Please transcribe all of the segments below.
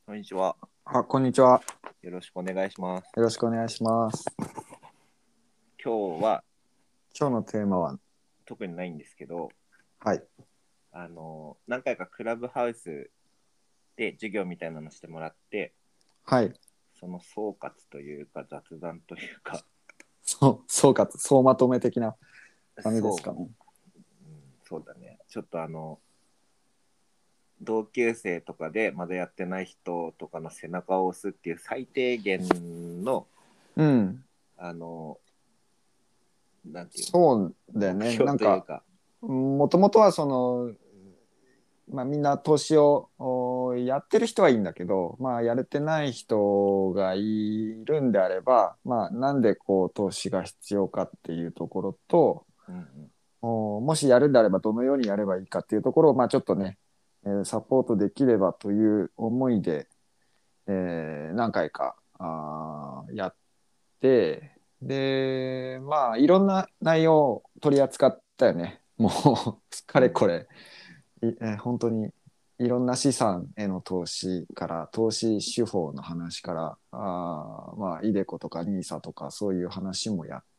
こんにちは。 こんにちは。 よろしくお願いします。 よろしくお願いします。 今日は今日のテーマは、 特にないんですけど、 はい。 何回かクラブハウスで授業みたいなのしてもらって、 はい。 その総括というか雑談というか、 総括、総まとめ的な感じですかね。 うん、そうだね。ちょっと同級生とかでまだやってない人とかの背中を押すっていう最低限の、 うん。 あの、なんていうそうだよの、目ね。 標というか、 もともとはみんな投資をやってる人はいいんだけど、やれてない人がいるんであれば、なんで投資が必要かっていうところと、 うんうん、 もしやるんであればどのようにやればいいかっていうところを、ちょっとね、サポートできればという思いで、何回かやって、で、いろんな内容を取り扱ったよね。もうかれこれ、本当にいろんな資産への投資から投資手法の話からイデコとかニーサとかそういう話もやって、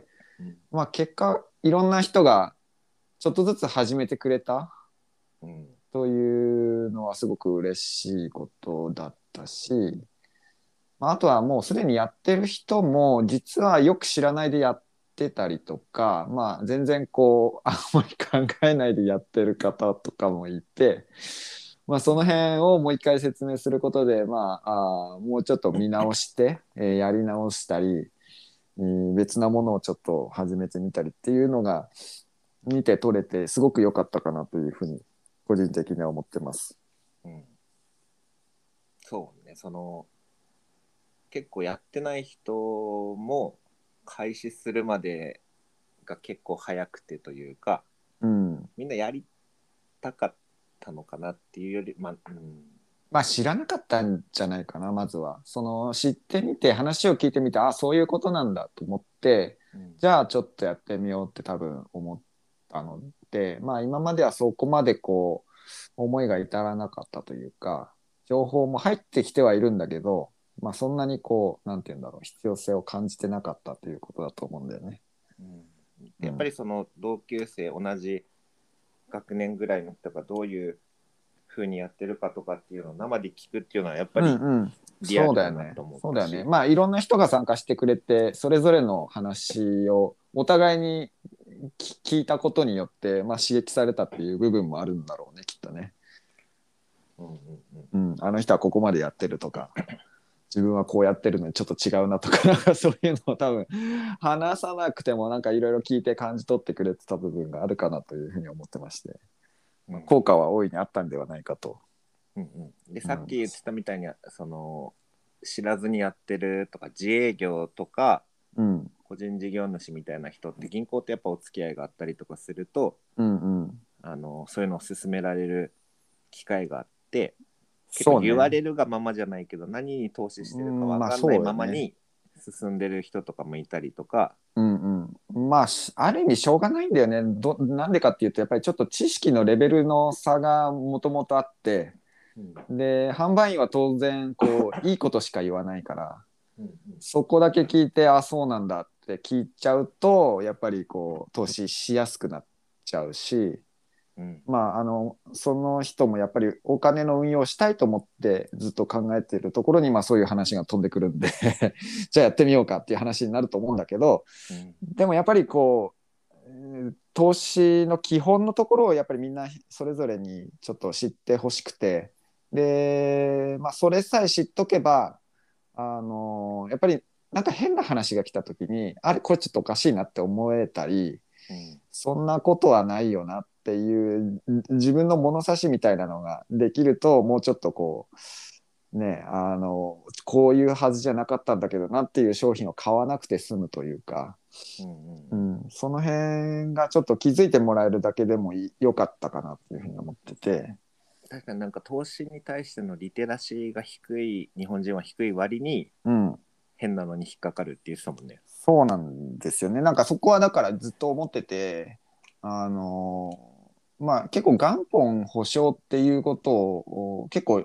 うん、 結果いろんな人がちょっとずつ始めてくれたうん、 というのはすごく嬉しいことだったし、あとはもうすでにやってる人も実はよく知らないでやってたりとか、全然あんまり考えないでやってる方とかもいて、その辺をもう一回説明することで、もうちょっと見直して、やり直したり、別なものをちょっと始めてみたりっていうのが見て取れてすごく良かったかなというふうに個人的には思ってます。 うん。そうね、結構やってない人も開始するまでが結構早くてというか、 うん。 みんなやりたかったのかなっていうより、 知らなかったんじゃないかな、まずは。知ってみて、話を聞いてみて、そういうことなんだと思って、 うん、 じゃあちょっとやってみようって多分思ったので、今まではそこまで思いが至らなかったというか、情報も入ってきてはいるんだけど、そんなになんて言うんだろう、必要性を感じてなかったということだと思うんだよね。 うん、 うん。 やっぱりその同級生同じ学年ぐらいの人がどういう風にやってるかとかっていうのを生で聞くっていうのはやっぱりうんうん。 リアそうだよね。 ルだなと思っそうだよね。 たし、 いろんな人が参加してくれて、それぞれの話をお互いに聞いたことによって、刺激されたっていう部分もあるんだろうね、きっとね。 うんうんうん、 うん、あの人はここまでやってるとか、自分はこうやってるのにちょっと違うなとか、なんかそういうのを多分話さなくてもなんかいろいろ聞いて感じ取ってくれてた部分があるかなというふうに思ってまして、 うん、 効果は大いにあったんではないかと。 うんうん、でさっうん、 き言ってたみたいに知らずにやってるとか自営業とかうん、 個人事業主みたいな人って銀行ってやっぱお付き合いがあったりとかするとうん、うん。 そういうのを勧められる機会があって結構そうね。 言われるがままじゃないけど何に投資してるかうん、 分かんないそうよね。 ままに進んでる人とかもいたりとか、 うんうん。ある意味しょうがないんだよね。なんでかっていうと、やっぱりちょっと知識のレベルの差がもともとあって、 うんで、販売員は当然、いいことしか言わないから、 うんそこだけ聞いて、そうなんだって聞いちゃうと、やっぱり投資しやすくなっちゃうし、 うん、 その人もやっぱりお金の運用をしたいと思ってずっと考えているところに、そういう話が飛んでくるんでじゃあやってみようかっていう話になると思うんだけど、 うん、 でもやっぱり投資の基本のところをやっぱりみんなそれぞれにちょっと知ってほしくて、で、それさえ知っとけば、やっぱりなんか変な話が来た時に、あれこれちょっとおかしいなって思えたり、 うん、 そんなことはないよなっていう自分の物差しみたいなのができると、もうちょっとね、こういうはずじゃなかったんだけどなっていう商品を買わなくて済むというか、 うん、うん、 うん、その辺がちょっと気づいてもらえるだけでも良かったかなというふうに思ってて。 確かになんか投資に対してのリテラシーが低い日本人は低い割にうん、 変なのに引っかかるって言ってたもんね。 そうなんですよね。なんかそこはだからずっと思ってて、結構元本保証っていうことを結構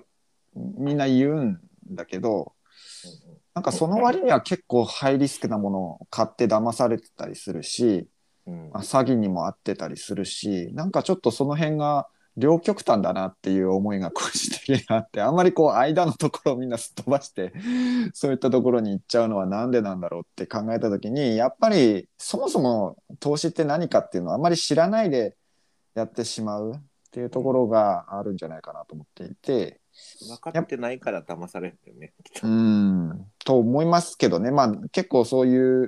みんな言うんだけど、なんかその割には結構ハイリスクなものを買って騙されてたりするし、 うんうん。 まあ、詐欺にも遭ってたりするし、なんかちょっとその辺が両極端だなっていう思いが個人的にあって、あんまりこう間のところをみんなすっ飛ばしてそういったところに行っちゃうのはなんでなんだろうって考えた時に、やっぱりそもそも投資って何かっていうのはあんまり知らないでやってしまうっていうところがあるんじゃないかなと思っていて、 分かっやってないから騙されるよね。 と思いますけどね、まあ結構そういう、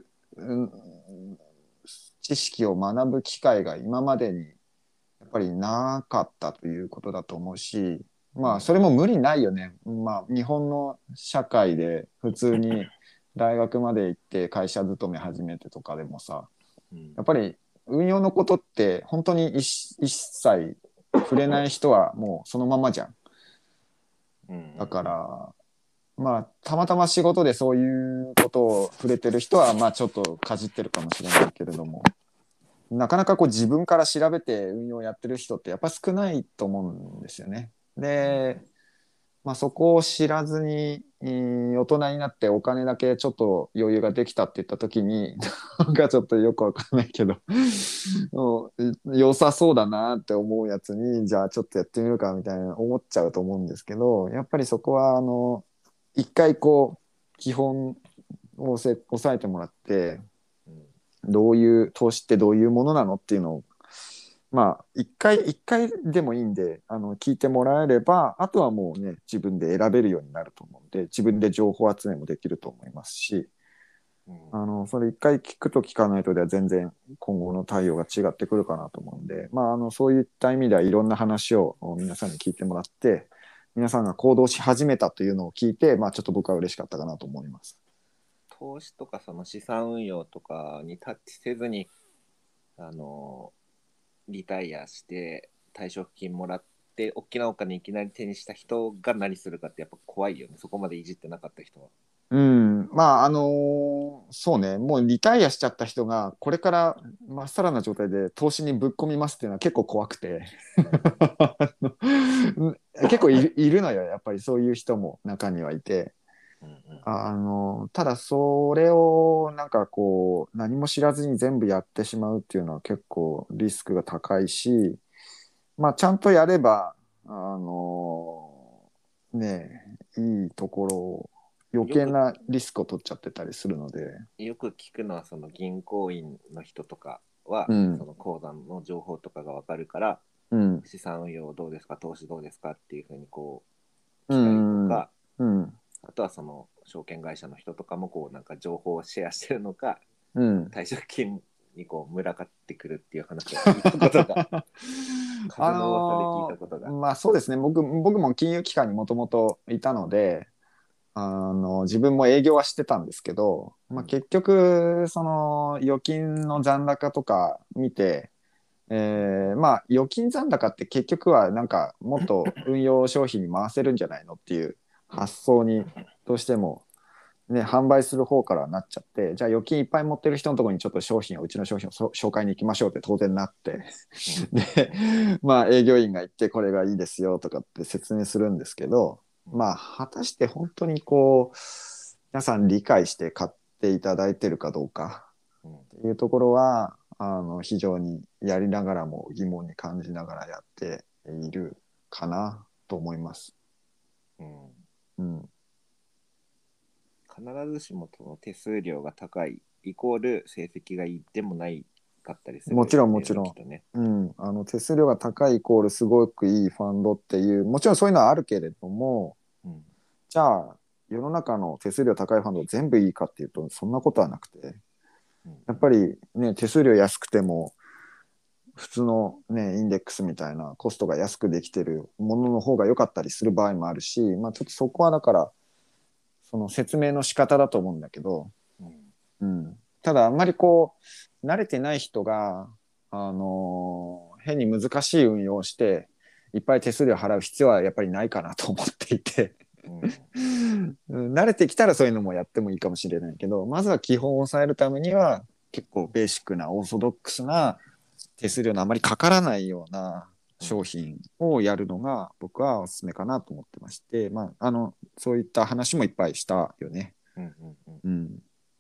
知識を学ぶ機会が今までにやっぱりなかったということだと思うし、まあそれも無理ないよね。まあ日本の社会で普通に大学まで行って会社勤め始めてとかでもさ、 うんやっぱり運用のことって本当に一切触れない人はもうそのままじゃん。 うんだからまあたまたま仕事でそういうことを触れてる人はまあちょっとかじってるかもしれないけれども、なかなかこう自分から調べて運用やってる人ってやっぱ少ないと思うんですよね。で、まあ、そこを知らずに、大人になってお金だけちょっと余裕ができたって言った時になんかちょっとよくわかんないけど良さそうだなって思うやつにじゃあちょっとやってみるかみたいな思っちゃうと思うんですけど、やっぱりそこは一回こう基本を押さえてもらって、 うんどういう投資ってどういうものなのっていうのをまあ一回でもいいんで聞いてもらえれば、あとはもうね自分で選べるようになると思うんで、自分で情報集めもできると思いますし、 うんそれ一回聞くと聞かないとでは全然今後の対応が違ってくるかなと思うんで、まあそういった意味ではいろんな話を皆さんに聞いてもらって、皆さんが行動し始めたというのを聞いて、まあちょっと僕は嬉しかったかなと思います。 投資とかその資産運用とかにタッチせずにあのリタイアして退職金もらって大きなお金いきなり手にした人が何するかってやっぱ怖いよね、そこまでいじってなかった人は。 うん、まあそうね、もうリタイアしちゃった人がこれからまっさらな状態で投資にぶっ込みますっていうのは結構怖くて結構いるのよ、やっぱりそういう人も中にはいて、 うんうんただそれをなんかこう何も知らずに全部やってしまうっていうのは結構リスクが高いし、まあちゃんとやればねいいところを余計よくなリスクを取っちゃってたりするので、 よく聞くのはその銀行員の人とかはうんその口座の情報とかが分かるからうん資産運用どうですか投資どうですかっていうふうにこうう来たりとんか、 うんあとはその証券会社の人とかもこうなんか情報をシェアしてるのかうん退職金にこう群がってくるっていう話を聞いたことが風の噂で聞いたことが。 まあそうですね、僕も金融機関にもともといたので自分も営業はしてたんですけど、まあ、結局その預金の残高とか見て、まあ預金残高って結局はなんかもっと運用商品に回せるんじゃないのっていう発想にどうしても、ね、販売する方からなっちゃって、じゃあ預金いっぱい持ってる人のところにちょっとうちの商品を紹介に行きましょうって当然なってでまあ営業員が行ってこれがいいですよとかって説明するんですけど、まあ果たして本当にこう皆さん理解して買っていただいてるかどうかっていうところは非常にやりながらも疑問に感じながらやっているかなと思います。 うん、 うん、 必ずしもその手数料が高いイコール成績がいいでもないかったりするもちろんもよね、きちろっとね。 ん、手数料が高いイコールすごくいいファンドっていう、もちろんそういうのはあるけれども、 うん、 じゃあ世の中の手数料高いファンド全部いいかっていうとそんなことはなくて、やっぱりね手数料安くても普通のねインデックスみたいなコストが安くできてるものの方が良かったりする場合もあるし、まあちょっとそこはだからその説明の仕方だと思うんだけど、ただあんまりこう慣れてない人が変に難しい運用をしていっぱい手数料払う必要はやっぱりないかなと思っていて慣れてきたらそういうのもやってもいいかもしれないけど、まずは基本を抑えるためには結構ベーシックなオーソドックスな手数料のあまりかからないような商品をやるのが僕はおすすめかなと思ってまして、まあ、そういった話もいっぱいしたよね。 うんうんうん。 うん。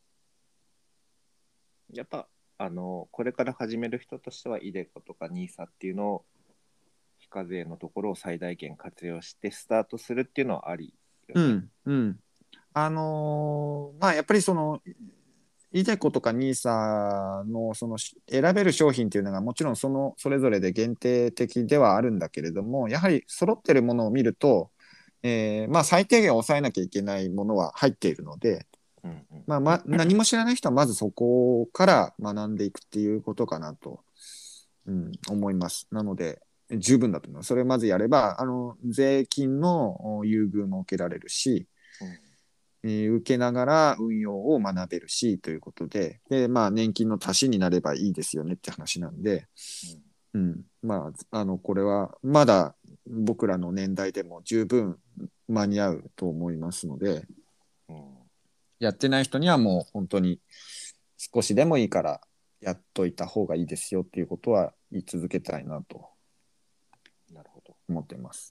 やっぱこれから始める人としてはイデコとかニーサっていうのを非課税のところを最大限活用してスタートするっていうのはありよね。 うん。うん。まあやっぱりそのイデコとかニーサのその選べる商品っていうのがもちろんそれぞれで限定的ではあるんだけれども、やはり揃ってるものを見ると、まあ最低限抑えなきゃいけないものは入っているので、 うんうん。 何も知らない人はまずそこから学んでいくっていうことかなと、思います。なので十分だと思います。それをまずやれば税金の優遇も受けられるし、 うん受けながら運用を学べるしということで、まあ、年金の足しになればいいですよねって話なんで、 うんまあ、これはまだ僕らの年代でも十分間に合うと思いますので、 うん。 やってない人にはもう本当に少しでもいいからやっといた方がいいですよっていうことは言い続けたいなとなるほど。 思っています。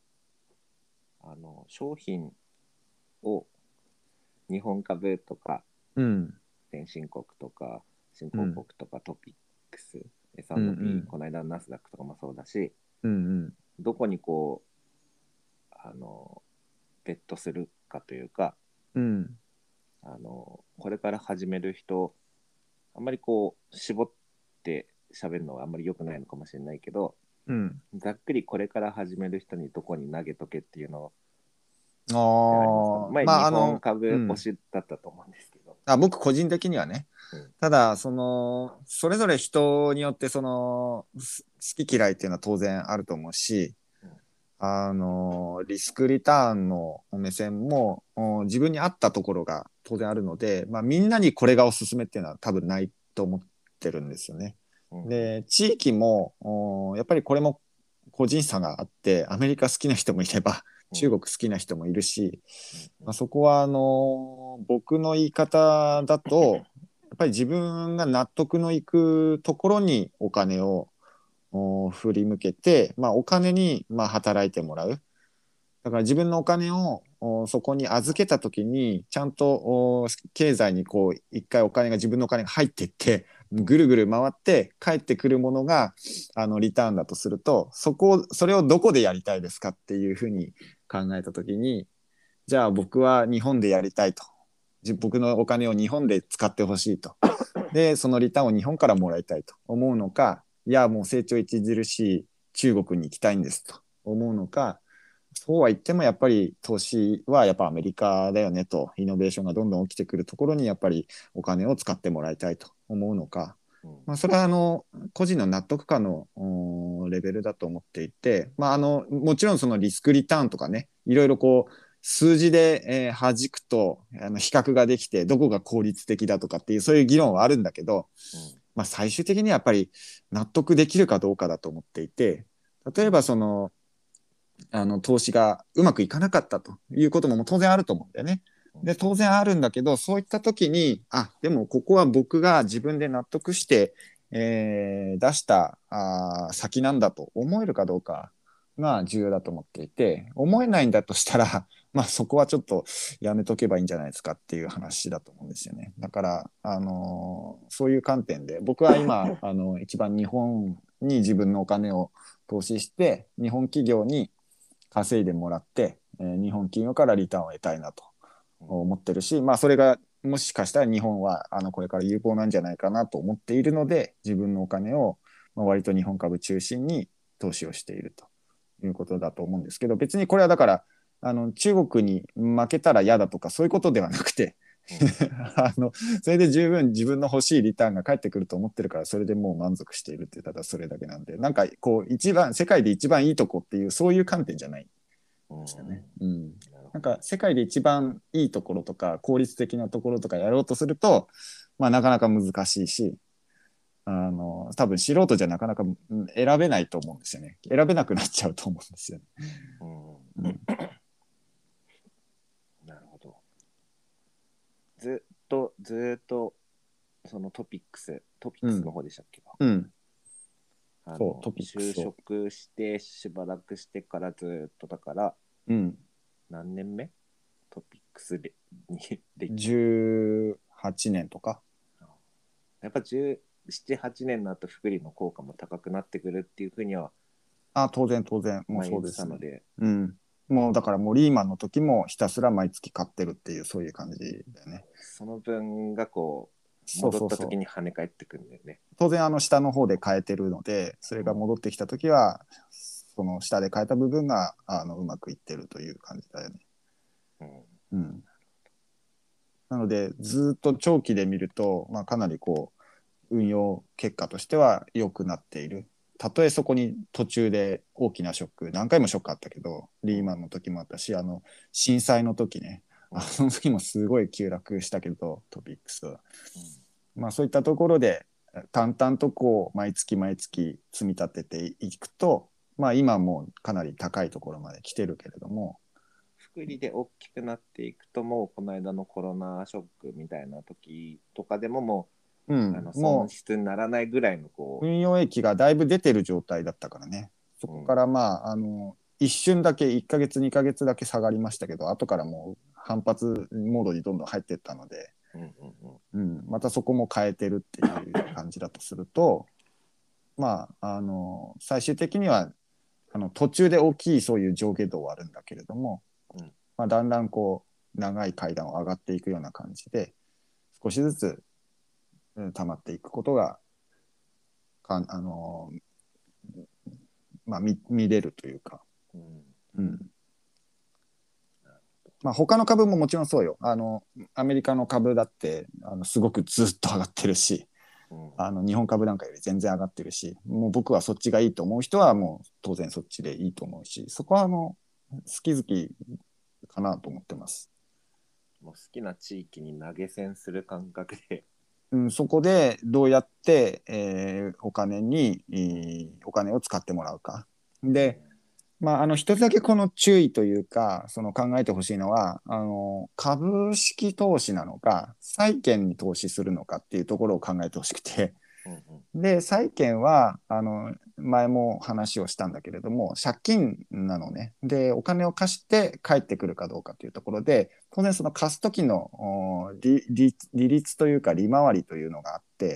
商品を日本株とかうん、 先進国とか新うん、 興国とかトピックスうん、う S&P ん、 この間のナスダックとかもそうだし、 うん、 どこにこうベットするかというか、 うん、 これから始める人あんまりこう絞って喋るのはあんまり良くないのかもしれないけど、 うん。 ざっくりこれから始める人にどこに投げとけっていうのってありますか？前日まあ本うん。 株推しだったと思うんですけど。 僕個人的にはね。 うん。 ただ、それぞれ人によって好き嫌いっていうのは当然あると思うし、 うんリスクリターンの目線も自分に合ったところが当然あるので、まあ、みんなにこれがおすすめっていうのは多分ないと思ってるんですよね。 うんで、地域もやっぱりこれも個人差があって、アメリカ好きな人もいれば、 うん中国好きな人もいるし、 うんまあ、そこは僕の言い方だと、やっぱり自分が納得のいくところにお金を振り向けて、まあ、お金に働いてもらう。だから自分のお金をそこに預けた時にちゃんと経済にこう一回自分のお金が入っていってぐるぐる回って帰ってくるものがリターンだとするとそれをどこでやりたいですかっていうふうに考えた時に、じゃあ僕は日本でやりたいと、僕のお金を日本で使ってほしいと、でそのリターンを日本からもらいたいと思うのか、いやもう成長著しい中国に行きたいんですと思うのか、そうは言ってもやっぱり投資はやっぱアメリカだよねと、イノベーションがどんどん起きてくるところにやっぱりお金を使ってもらいたいと思うのか、 うんまあ、それは個人の納得感のレベルだと思っていて、まあ、もちろんそのリスクリターンとかね、いろいろこう数字で、弾くと比較ができてどこが効率的だとかっていうそういう議論はあるんだけど、 うんまあ、最終的にはやっぱり納得できるかどうかだと思っていて、例えば投資がうまくいかなかったということも当然あると思うんだよね。で、当然あるんだけど、そういった時に、でもここは僕が自分で納得して、出した先なんだと思えるかどうかが重要だと思っていて、思えないんだとしたら、まあそこはちょっとやめとけばいいんじゃないですかっていう話だと思うんですよね。だから、そういう観点で、僕は今、一番日本に自分のお金を投資して、日本企業に稼いでもらって、日本企業からリターンを得たいなと思ってるし、まあ、それがもしかしたら日本はこれから有効なんじゃないかなと思っているので、自分のお金を割と日本株中心に投資をしているということだと思うんですけど、別にこれはだから中国に負けたら嫌だとかそういうことではなくてそれで十分自分の欲しいリターンが返ってくると思ってるから、それでもう満足しているってただそれだけなんで、なんかこう世界で一番いいとこっていうそういう観点じゃないですよね。なんか世界で一番いいところとか効率的なところとかやろうとすると、まあ、なかなか難しいし、多分素人じゃなかなか選べないと思うんですよね。選べなくなっちゃうと思うんですよね。 なるほど。ずっとそのトピックスの方でしたっけ？ うん。 そうトピック就スを。 職してしばらくしてからずっとだからうん。 何年目トピックスでに歴 18年とか。 やっぱ17、8年になると福利の効果も高くなってくるっていうふうにはあ、当然当然、もう前言っそうですね。 てたので、 うん。もうだからもうリーマンの時もひたすら毎月買ってるっていうそういう感じだよね。 その分がこうそう戻っそうそう。 た時に跳ね返ってくるんだよね。 当然下の方で買えてるので、それが戻ってきた時は、その下で買えた部分がうまくいってるという感じだよね。 うんうん。なのでずっと長期で見ると、まあ、かなりこう運用結果としては良くなっている。たとえそこに途中で大きなショック、何回もショックあったけど、リーマンの時もあったし、震災の時ね、その時もすごい急落したけど、トピックスは。まあそういったところで、淡々とこう、毎月毎月積み立てていくと、まあ今もかなり高いところまで来てるけれども、 福利で大きくなっていくともうこの間のコロナショックみたいな時とかでももううん、 損も失にならないぐらいのうこ運用益がだいぶ出てる状態だったからね。そこからまあ、一瞬だけ1ヶ月、2ヶ月だけ下がりましたけど、後からもう反発モードにどんどん入っていったので、 う、うんうんうん、 またそこも変えてるっていう感じだとすると、まあ、最終的には途中で大きいそういう上下動はあるんだけれども、 うんまあ、だんだんこう長い階段を上がっていくような感じで少しずつ、溜まっていくことがか、まあ、見れるというか、うんまあ、他の株ももちろんそうよ。アメリカの株だってすごくずっと上がってるし、日本株なんかより全然上がってるし、もう僕はそっちがいいと思う人はもう当然そっちでいいと思うし、そこは好き好きかなと思ってます。 もう好きな地域に投げ銭する感覚で、 そこでどうやって、お金を使ってもらうか。で、まあ、一つだけこの注意というか、その考えてほしいのは、株式投資なのか、債券に投資するのかっていうところを考えてほしくて、で、債券は、前も話をしたんだけれども、借金なのね。で、お金を貸して返ってくるかどうかというところで、当然その貸す時の利率というか利回りというのがあって、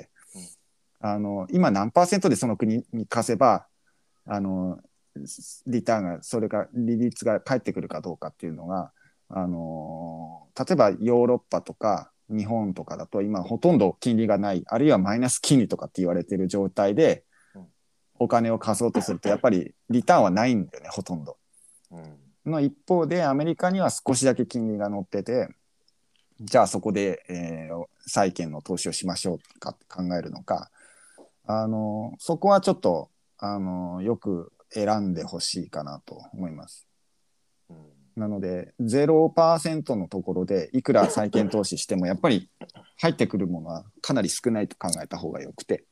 今何パーセントでその国に貸せば、あの、リターンが、それが、利率が返ってくるかどうかっていうのが、例えばヨーロッパとか日本とかだと今ほとんど金利がない、あるいはマイナス金利とかって言われている状態でお金を貸そうとするとやっぱりリターンはないんだよね、ほとんど。の一方でアメリカには少しだけ金利が乗ってて、じゃあそこで、債券の投資をしましょうかって考えるのか、そこはちょっとよく選んでほしいかなと思います。なので0%のところでいくら債券投資してもやっぱり入ってくるものはかなり少ないと考えた方がよくて、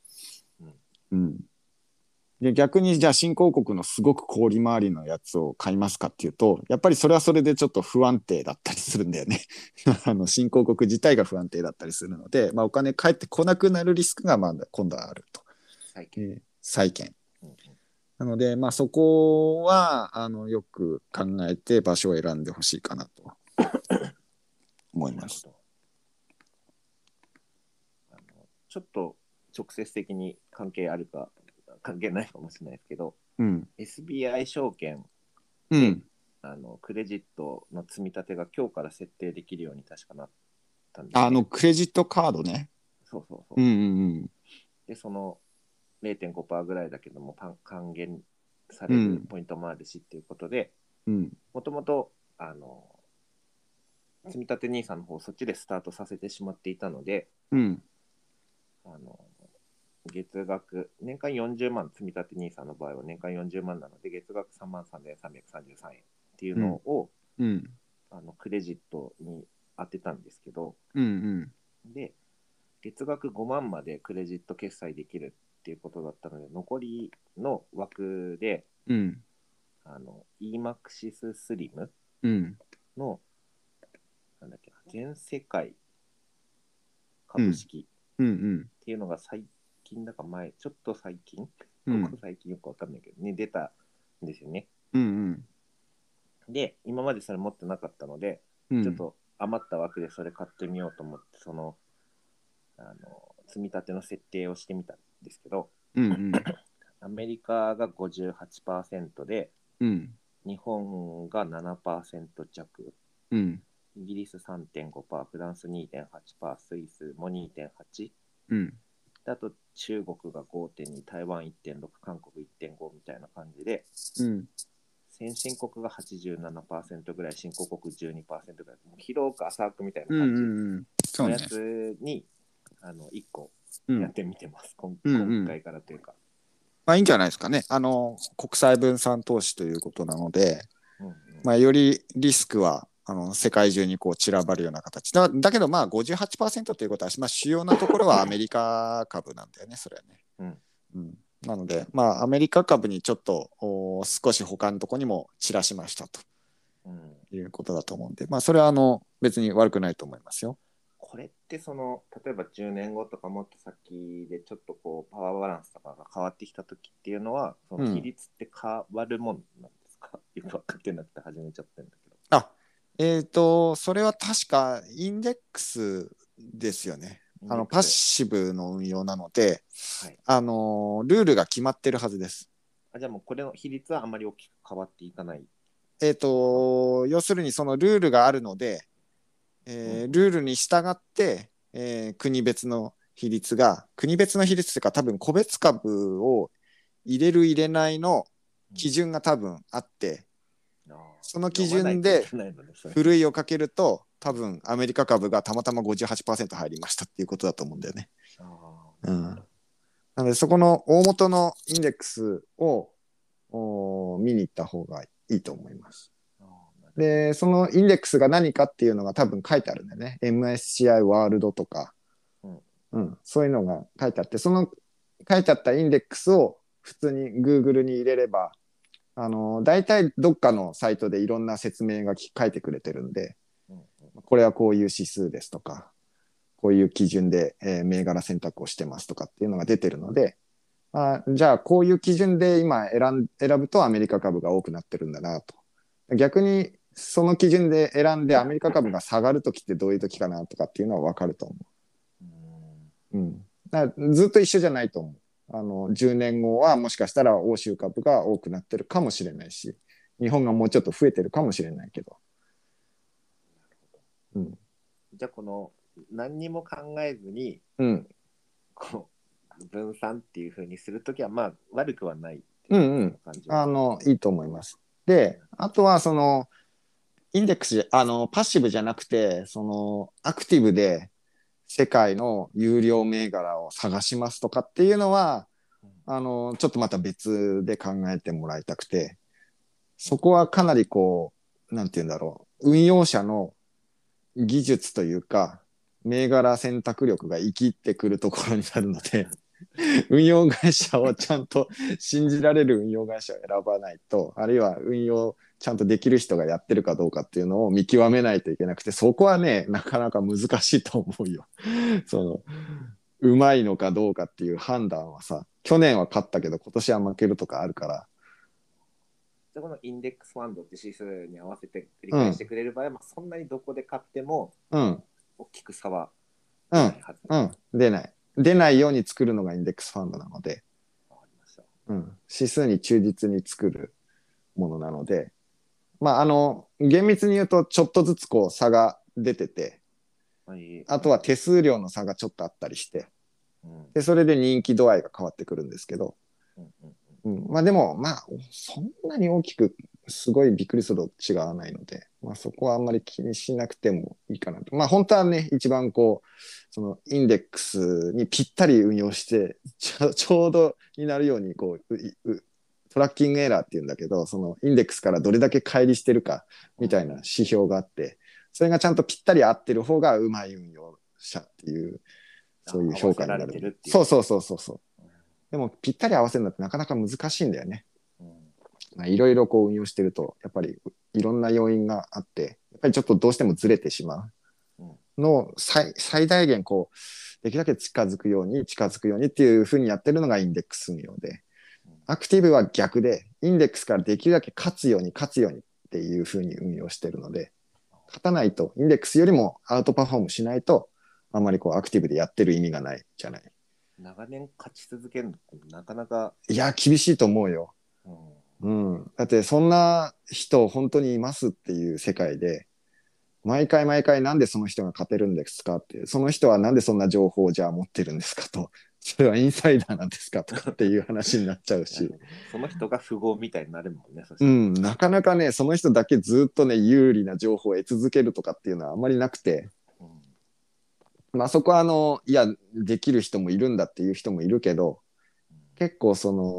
で逆にじゃあ新興国のすごく小利回りのやつを買いますかっていうとやっぱりそれはそれでちょっと不安定だったりするんだよね新興国自体が不安定だったりするので、まあ、お金返ってこなくなるリスクがまだ今度はあると。債券なので、まあ、そこはよく考えて場所を選んでほしいかなと思います。 ちょっと直接的に関係あるか関係ないかもしれないですけど、SBI 証券で、クレジットの積み立てが今日から設定できるように確かなったんですね。 クレジットカードね。 そうそうそう。で、その0.5% ぐらいだけども還元されるポイントもあるしっていうことで、もともと積み立て NISA の方そっちでスタートさせてしまっていたので、月額年間40万積み立て NISA の場合は年間40万なので月額33,333円っていうのを、クレジットに当てたんですけど、で月額5万までクレジット決済できるっていうことだったので残りの枠で、EMAXIS スリムの、なんだっけな、全世界株式っていうのが最近だか前、ちょっと最近ここ最近よくわかんないけどね、出たんですよね。で、今までそれ持ってなかったので、ちょっと余った枠でそれ買ってみようと思って、積み立ての設定をしてみたんですけど、アメリカが 58% で、日本が 7% 弱、イギリス 3.5%、フランス 2.8%、スイスも 2.8%、あと中国が 5.2、台湾 1.6、韓国 1.5 みたいな感じで、先進国が 87% ぐらい、新興国 12% ぐらい、もう広く浅くみたいな感じのやつに、1個やってみてます、今回からというか。 まあいいんじゃないですかね。国際分散投資ということなので、まあよりリスクは世界中にこう散らばるような形だけど、まあ 58% ということは、まあ、主要なところはアメリカ株なんだよね、それはね。なので、まあ、アメリカ株にちょっと少し他のところにも散らしましたということだと思うんで、まあ、それは別に悪くないと思いますよ。 これって例えば10年後とかもっと先でちょっとこうパワーバランスとかが変わってきた時っていうのは、その比率って変わるもんなんですか？よく分かってなくて始めちゃってるんだけど。それは確かインデックスですよね。パッシブの運用なので、ルールが決まってるはずです。 じゃあもうこれの比率はあまり大きく変わっていかない。 要するにそのルールがあるので、ルールに従って、国別の比率というか、多分個別株を入れる入れないの基準が多分あって、その基準でふるいをかけると多分アメリカ株がたまたま 58% 入りましたっていうことだと思うんだよね。なのでそこの大元のインデックスを見に行った方がいいと思います。で、そのインデックスが何かっていうのが多分書いてあるんだよね。MSCI ワールドとか、そういうのが書いてあって、その書いてあったインデックスを普通に Google に入れれば、大体どっかのサイトでいろんな説明が書いてくれてるんで、これはこういう指数ですとか、こういう基準で、銘柄選択をしてますとかっていうのが出てるので、じゃあこういう基準で今選ぶとアメリカ株が多くなってるんだなと。逆にその基準で選んでアメリカ株が下がるときってどういうときかなとかっていうのは分かると思う。だからずっと一緒じゃないと思う。10年後はもしかしたら欧州株が多くなってるかもしれないし、日本がもうちょっと増えてるかもしれないけど。 じゃあこの何にも考えずに、こう分散っていう風にするときはまあ悪くはないっていう感じ、 いいと思います。で、あとはそのインデックスパッシブじゃなくてアクティブで世界の有料銘柄を探しますとかっていうのはちょっとまた別で考えてもらいたくて、そこはかなりこうなんていうんだろう、運用者の技術というか銘柄選択力が生きってくるところになるので運用会社をちゃんと信じられる運用会社を選ばないと、あるいは運用ちゃんとできる人がやってるかどうかっていうのを見極めないといけなくて、そこはねなかなか難しいと思うよ。うまいのかどうかっていう判断はさ、去年は勝ったけど今年は負けるとかあるから。 じゃこのインデックスファンドって指数に合わせて繰り返してくれる場合は、そんなにどこで買っても大きく差は出ないはず、 出ないように作るのがインデックスファンドなので、指数に忠実に作るものなので、まあ厳密に言うとちょっとずつこう差が出てて、あとは手数料の差がちょっとあったりして、でそれで人気度合いが変わってくるんですけど、まあでもまあそんなに大きくすごいびっくりするほど違わないので、まあ、そこはあんまり気にしなくてもいいかなと。まあ本当はね一番こうそのインデックスにぴったり運用してちょうどになるようにこうトラッキングエラーっていうんだけど、そのインデックスからどれだけ乖離してるかみたいな指標があって、それがちゃんとぴったり合ってる方がうまい運用者っていうそういう評価になる。そう。でもぴったり合わせるのってなかなか難しいんだよね。いろいろこう運用してるとやっぱりいろんな要因があって、やっぱりちょっとどうしてもずれてしまうのを最大限こうできるだけ近づくようにっていうふうにやってるのがインデックス運用で、 アクティブは逆で、インデックスからできるだけ勝つようにっていうふうに運用してるので、勝たないと、インデックスよりもアウトパフォームしないと、あんまりこうアクティブでやってる意味がないじゃない。 長年勝ち続けるのってなかなか、 いや、厳しいと思うよ。 うん、 うん。だってそんな人本当にいますっていう世界で、毎回毎回なんでその人が勝てるんですかって、その人はなんでそんな情報をじゃあ持ってるんですかと、それはインサイダーなんですかとかっていう話になっちゃうし、 その人が富豪みたいになるもんね、そしたら。 うん、なかなかね、その人だけずっとね、有利な情報を得続けるとかっていうのはあんまりなくて、 うんまあそこはいや、できる人もいるんだっていう人もいるけど、結構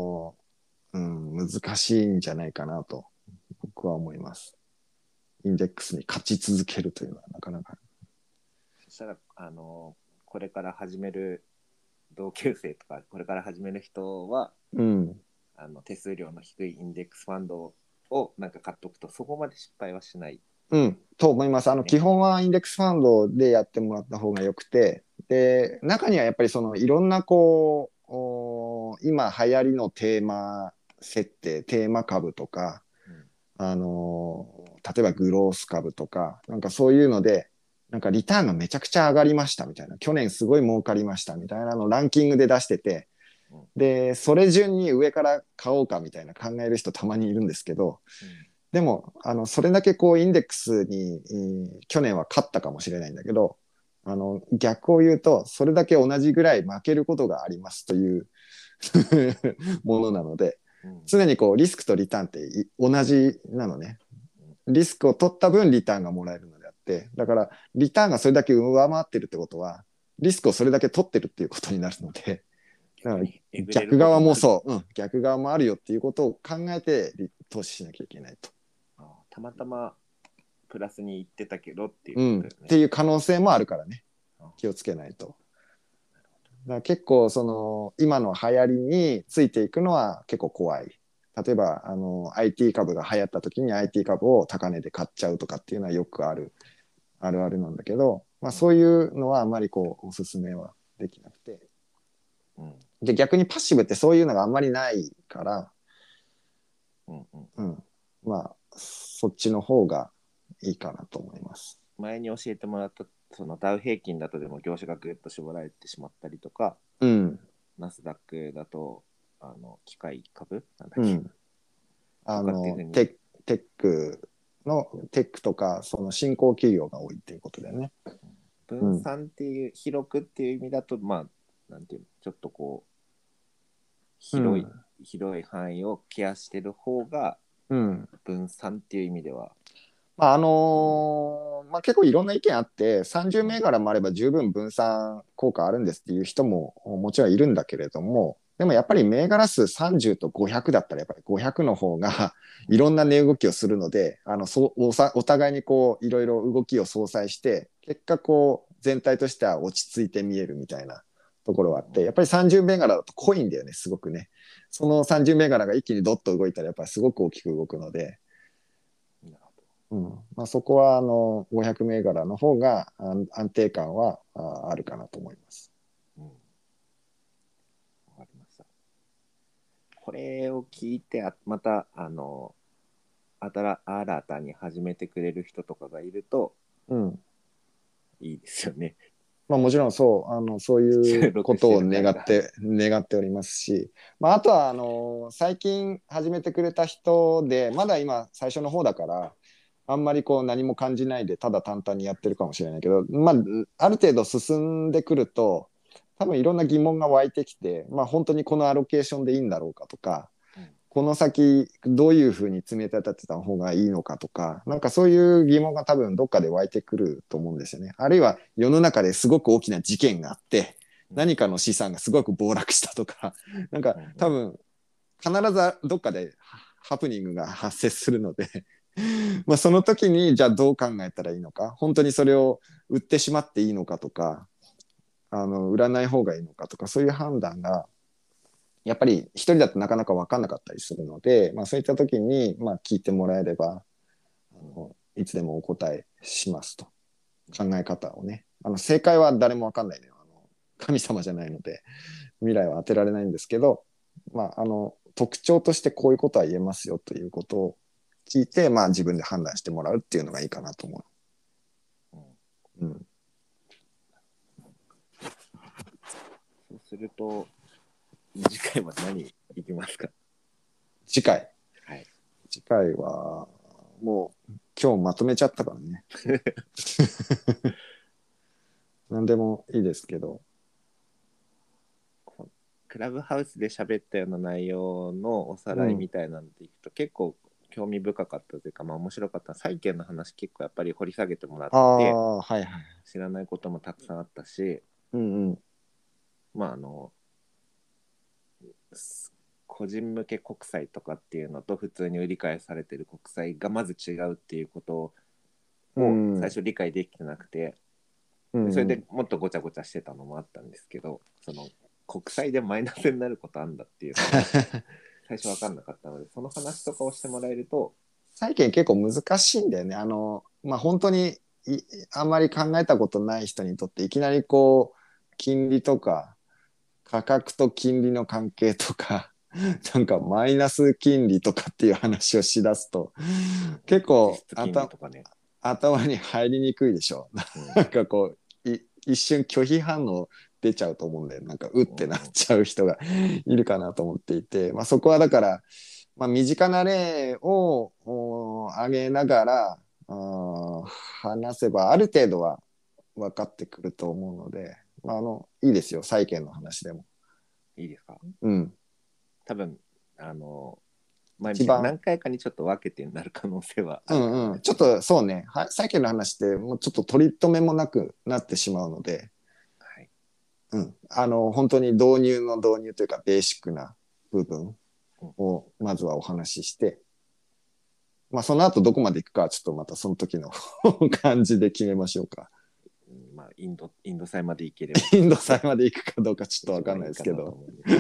難しいんじゃないかなと僕は思います。インデックスに勝ち続けるというのはなかなか。 そしたら、これから始める同級生とか、これから始める人は、 うん。 手数料の低いインデックスファンドをなんか買っとくと、そこまで失敗はしない。 うん、と思います。基ね。 本はインデックスファンドでやってもらった方がよくて、で、中にはやっぱりいろんな今流行りのテーマ設定、テーマ株とか、 うん、 例えばグロース株とか、なんかそういうので、なんかリターンがめちゃくちゃ上がりましたみたいな、去年すごい儲かりましたみたいなのをランキングで出してて、 うん、 で、それ順に上から買おうかみたいな考える人たまにいるんですけど、 うん、 でも、それだけインデックスに、去年は勝ったかもしれないんだけど、逆を言うと、それだけ同じぐらい負けることがありますというものなので、 うん、 常にリスクとリターンって同じなのね。リスクを取った分リターンがもらえるのであって、だからリターンがそれだけ上回ってるってことは、リスクをそれだけ取ってるっていうことになるので、だから逆側もそう、逆側もあるよっていうことを考えて投資しなきゃいけないと。 たまたまプラスに行ってたけどっていうん、 うことよね。 っていう可能性もあるからね、気をつけないと。だから結構今の流行りについていくのは結構怖い。例えばIT 株が流行った時に IT 株を高値で買っちゃうとかっていうのはよくあるあるなんだけど、まあ、そういうのはあまりおすすめはできなくて、 うん、 で逆にパッシブってそういうのがあんまりないから、 うんうん、 うん、まあそっちの方がいいかなと思います。 前に教えてもらったそのダウ平均だとでも業種がぐっと絞られてしまったりとか、 うん、 ナスダックだと機械株なんだっけ、 うん、 とかっていうふうに、 テックとか新興企業が多いっていうことだよね。う分ん、 散っていう広くっていう意味だと、まあなんていうの、ちょっとうん、 広い範囲をケアしてる方がうん。 分散っていう意味では、 まあまあ、結構いろんな意見あって30 うん、 銘柄もあれば十分分散効果あるんですっていう人ももちろんいるんだけれども、でもやっぱり銘柄数30と500だったらやっぱり500の方がいろんな値動きをするので、お互いにいろいろ動きを相殺して結果全体としては落ち着いて見えるみたいなところはあって、やっぱり30銘柄だと濃いんだよね、すごくね。その30銘柄が一気にドッと動いたらやっぱりすごく大きく動くので。 なるほど。 うん、まあ、そこは500銘柄の方が安定感はあるかなと思います。 うん、わかりました。これを聞いて、また、新たに始めてくれる人とかがいるとうん。 いいですよね。 まあ、もちろんそういう収録してことをる回が。 願っておりますし、まあ、あとは最近始めてくれた人で、まだ今最初の方だから、あんまり何も感じないで、ただ淡々にやってるかもしれないけど、まあ、ある程度進んでくると、多分いろんな疑問が湧いてきて、まあ、本当にこのアロケーションでいいんだろうかとか、 うん、 この先どういうふうに詰め立てた方がいいのかとか、なんかそういう疑問が多分どっかで湧いてくると思うんですよね。あるいは世の中ですごく大きな事件があって、何かの資産がすごく暴落したとか、なんか多分必ずどっかでハプニングが発生するのでまあその時にじゃあどう考えたらいいのか、本当にそれを売ってしまっていいのかとか、売らない方がいいのかとか、そういう判断がやっぱり一人だとなかなか分かんなかったりするので、まあ、そういった時に、まあ、聞いてもらえればいつでもお答えしますと。考え方をね、正解は誰も分かんないのよ。神様じゃないので未来は当てられないんですけど、まあ、 特徴としてこういうことは言えますよということを聞いて、まあ自分で判断してもらうっていうのがいいかなと思うん、 う。うん。 そうすると次回は何いきますか？ 次回。 はい。 次回は、もう今日まとめちゃったからね。何でもいいですけど。 クラブハウスで喋ったような内容のおさらいみたいなのでいくと、結構興味深かったというか、まあ面白かった。債券の話結構やっぱり掘り下げてもらっあて、 あ、はいはい。 知らないこともたくさんあったし、 うんうん。 まあ個人向け国債とかっていうのと普通に売り買いされてる国債がまず違うっていうことをうん最初理解できてなくて、 うんそれでもっとごちゃごちゃしてたのもあったんですけど、その国債でマイナスになることあんだっていうのが最初分かんなかったので、その話とかをしてもらえると。 債券結構難しいんだよね。まあ、本当にあんまり考えたことない人にとっていきなりこう金利とか価格と金利の関係とかなんかマイナス金利とかっていう話をしだすと結構実質金利とかね。 頭に入りにくいでしょ。なんかこう一瞬拒否反応出ちゃうと思うんで、なんかうってなっちゃう人がいるかなと思っていて、まあ、そこはだから、まあ、身近な例を挙げながら話せばある程度は分かってくると思うので、まあ、いいですよ、債券の話でも。 いいですか？ うん。 多分毎日一番、 何回かにちょっと分けてなる可能性はあるかもです。 ちょっとそうね、債券の話ってもうちょっと取り留めもなくなってしまうので、 はい。 本当に導入というかベーシックな部分をまずはお話しして、まあその後どこまで行くかはちょっとまたその時の感じで決めましょうか。 まあインド祭まで行ければインド祭まで行くかどうかちょっとわかんないですけど。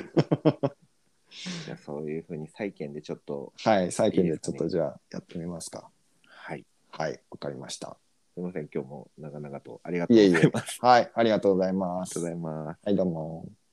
じゃあそういうふうに債券でちょっと。 はい、債券でちょっとじゃあやってみますか。 はい。 はい、わかりました。 すみません、今日も長々とありがとうございます。 はい、ありがとうございます。 ありがとうございます。 はい、どうも。